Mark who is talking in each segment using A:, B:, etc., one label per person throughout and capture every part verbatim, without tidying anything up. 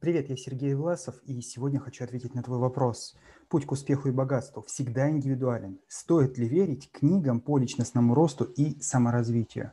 A: Привет, я Сергей Власов, и сегодня хочу ответить на твой вопрос. Путь к успеху и богатству всегда индивидуален. Стоит ли верить книгам по личностному росту и саморазвитию?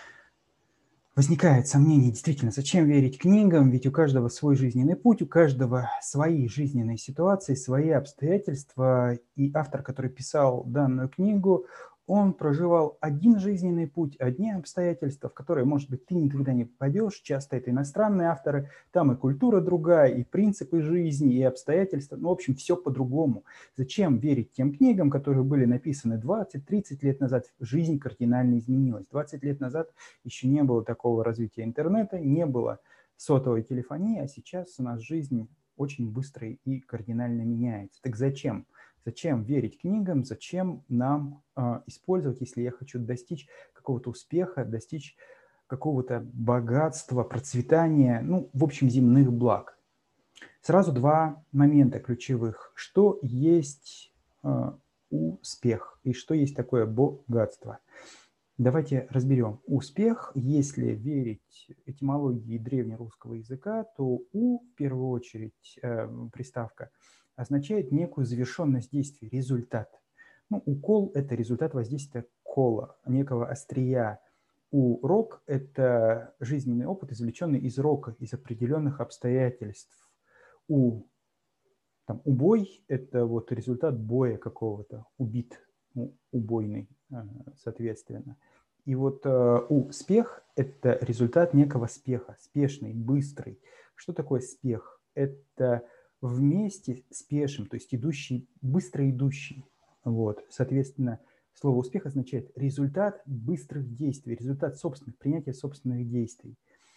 A: Возникает сомнение, действительно, зачем верить книгам, ведь у каждого свой жизненный путь, у каждого свои жизненные ситуации, свои обстоятельства. И автор, который писал данную книгу, он проживал один жизненный путь, одни обстоятельства, в которые, может быть, ты никогда не попадешь. Часто это иностранные авторы, там и культура другая, и принципы жизни, и обстоятельства. Ну, в общем, все по-другому. Зачем верить тем книгам, которые были написаны двадцать-тридцать лет назад? Жизнь кардинально изменилась. двадцать лет назад еще не было такого развития интернета, не было сотовой телефонии, а сейчас у нас жизнь очень быстро и кардинально меняется. Так зачем? Зачем верить книгам? Зачем нам э, использовать, если я хочу достичь какого-то успеха, достичь какого-то богатства, процветания, ну, в общем, земных благ? Сразу два момента ключевых. Что есть э, успех и что есть такое богатство? Давайте разберем. Успех, если верить этимологии древнерусского языка, то «у» в первую очередь э, приставка означает некую завершенность действий, результат. Ну, укол – это результат воздействия кола, некого острия. Урок – это жизненный опыт, извлеченный из рока, из определенных обстоятельств. У, там, убой – это вот результат боя какого-то, убит, ну, убойный, соответственно. И вот э, успех – это результат некого спеха, спешный, быстрый. Что такое спех? Это вместе спешим, то есть идущий, быстро идущий. Вот. Соответственно, слово успех означает результат быстрых действий, результат собственных, принятия собственных действий.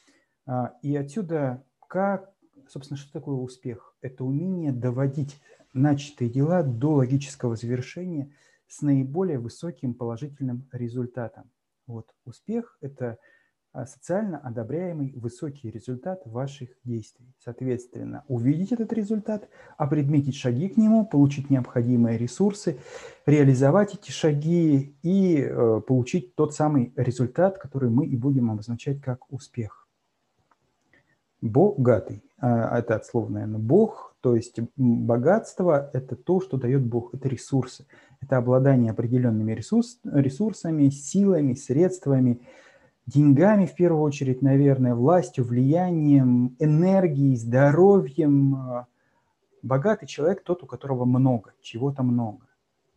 A: А, и отсюда, как, собственно, что такое успех? Это умение доводить начатые дела до логического завершения с наиболее высоким положительным результатом. Вот. Успех – это социально одобряемый высокий результат ваших действий. Соответственно, увидеть этот результат, опредметить шаги к нему, получить необходимые ресурсы, реализовать эти шаги и э, получить тот самый результат, который мы и будем обозначать как успех. Богатый – это от слова, наверное, Бог, то есть богатство – это то, что дает Бог, это ресурсы, это обладание определенными ресурс, ресурсами, силами, средствами, деньгами, в первую очередь, наверное, властью, влиянием, энергией, здоровьем. Богатый человек тот, у которого много, чего-то много.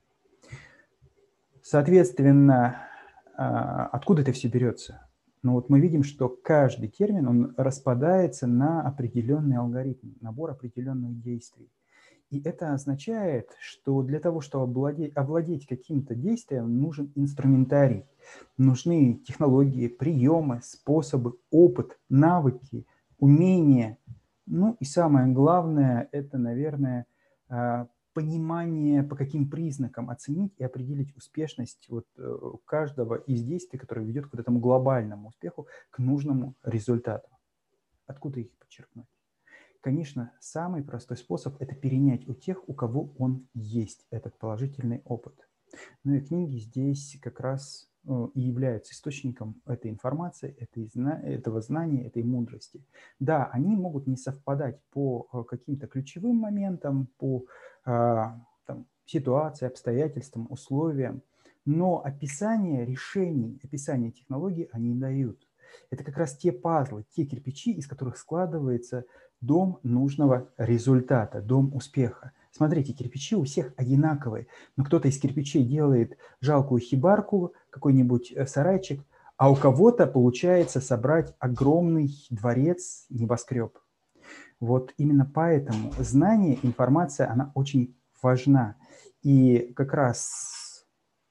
A: Соответственно, откуда это все берется? Ну вот мы видим, что каждый термин, он распадается на определенный алгоритм, набор определенных действий. И это означает, что для того, чтобы овладеть, овладеть каким-то действием, нужен инструментарий, нужны технологии, приемы, способы, опыт, навыки, умения. Ну и самое главное, это, наверное, понимание, по каким признакам оценить и определить успешность вот каждого из действий, которое ведет к этому глобальному успеху, к нужному результату. Откуда их подчеркнуть? Конечно, самый простой способ – это перенять у тех, у кого он есть, этот положительный опыт. Ну и книги здесь как раз и являются источником этой информации, этой, этого знания, этой мудрости. Да, они могут не совпадать по каким-то ключевым моментам, по там, ситуации, обстоятельствам, условиям, но описание решений, описание технологий они дают. Это как раз те пазлы, те кирпичи, из которых складывается дом нужного результата, дом успеха. Смотрите, кирпичи у всех одинаковые, но кто-то из кирпичей делает жалкую хибарку, какой-нибудь сарайчик, а у кого-то получается собрать огромный дворец, небоскреб. Вот именно поэтому знание, информация, она очень важна. И как раз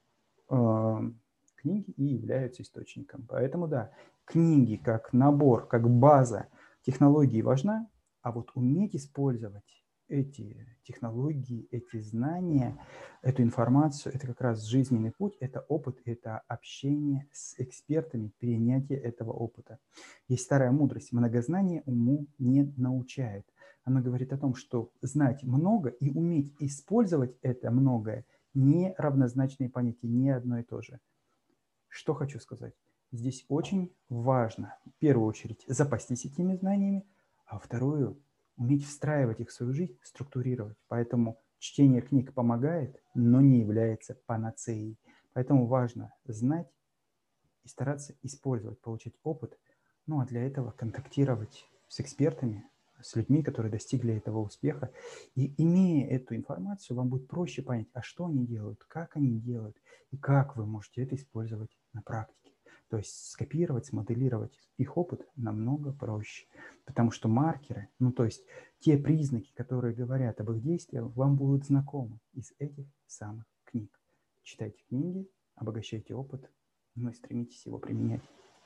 A: э, книги и являются источником. Поэтому да, книги как набор, как база технологий важна, а вот уметь использовать эти технологии, эти знания, эту информацию, это как раз жизненный путь, это опыт, это общение с экспертами, перенятие этого опыта. Есть старая мудрость: многознание уму не научает. Она говорит о том, что знать много и уметь использовать это многое не равнозначные понятия, не одно и то же. Что хочу сказать? Здесь очень важно, в первую очередь, запастись этими знаниями, а вторую уметь встраивать их в свою жизнь, структурировать. Поэтому чтение книг помогает, но не является панацеей. Поэтому важно знать и стараться использовать, получать опыт. Ну а для этого контактировать с экспертами, с людьми, которые достигли этого успеха. И имея эту информацию, вам будет проще понять, а что они делают, как они делают, и как вы можете это использовать на практике. То есть скопировать, смоделировать их опыт намного проще. Потому что маркеры, ну то есть те признаки, которые говорят об их действиях, вам будут знакомы из этих самых книг. Читайте книги, обогащайте опыт, ну и стремитесь его применять.